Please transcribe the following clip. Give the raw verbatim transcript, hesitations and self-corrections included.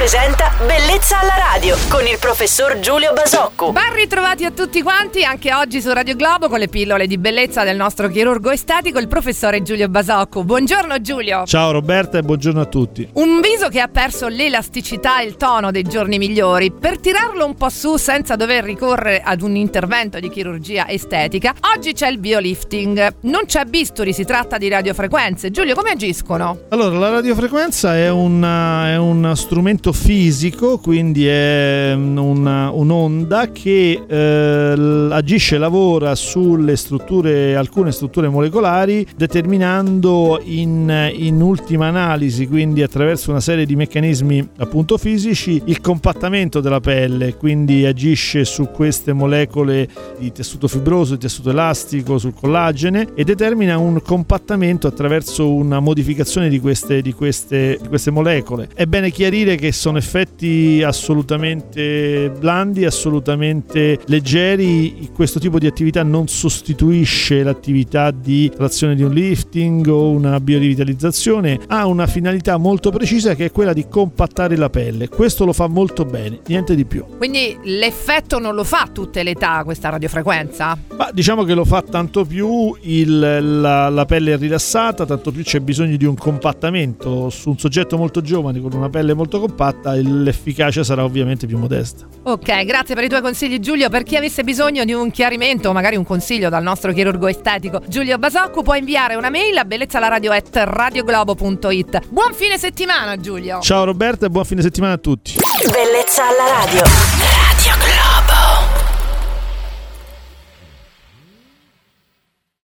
presenta Bellezza alla radio con il professor Giulio Basocco. Ben ritrovati a tutti quanti, anche oggi su Radio Globo con le pillole di bellezza del nostro chirurgo estetico, il professore Giulio Basocco. Buongiorno Giulio. Ciao Roberta e buongiorno a tutti. Un viso che ha perso l'elasticità e il tono dei giorni migliori. Per tirarlo un po' su senza dover ricorrere ad un intervento di chirurgia estetica, oggi c'è il biolifting. Non c'è bisturi, si tratta di radiofrequenze. Giulio, come agiscono? Allora, la radiofrequenza è, una, è un strumento fisico, quindi è una, un'onda che eh, agisce e lavora sulle strutture, alcune strutture molecolari, determinando in, in ultima analisi, quindi attraverso una serie di meccanismi appunto fisici, il compattamento della pelle, quindi agisce su queste molecole di tessuto fibroso, di tessuto elastico, sul collagene, e determina un compattamento attraverso una modificazione di queste, di queste, di queste molecole. È bene chiarire che sono effetti assolutamente blandi, assolutamente leggeri. Questo tipo di attività non sostituisce l'attività di trazione di un lifting o una biorivitalizzazione, ha una finalità molto precisa che è quella di compattare la pelle. Questo lo fa molto bene, niente di più. Quindi l'effetto non lo fa a tutte le età questa radiofrequenza? Ma diciamo che lo fa tanto più il, la, la pelle è rilassata, tanto più c'è bisogno di un compattamento. Su un soggetto molto giovane con una pelle molto compatta l'efficacia sarà ovviamente più modesta. Ok, grazie per i tuoi consigli Giulio. Per chi avesse bisogno di un chiarimento o magari un consiglio dal nostro chirurgo estetico Giulio Basocco, può inviare una mail a bellezzalaradio at radioglobo punto it. Buon fine settimana Giulio. Ciao Roberta e buon fine settimana a tutti. Bellezza alla radio.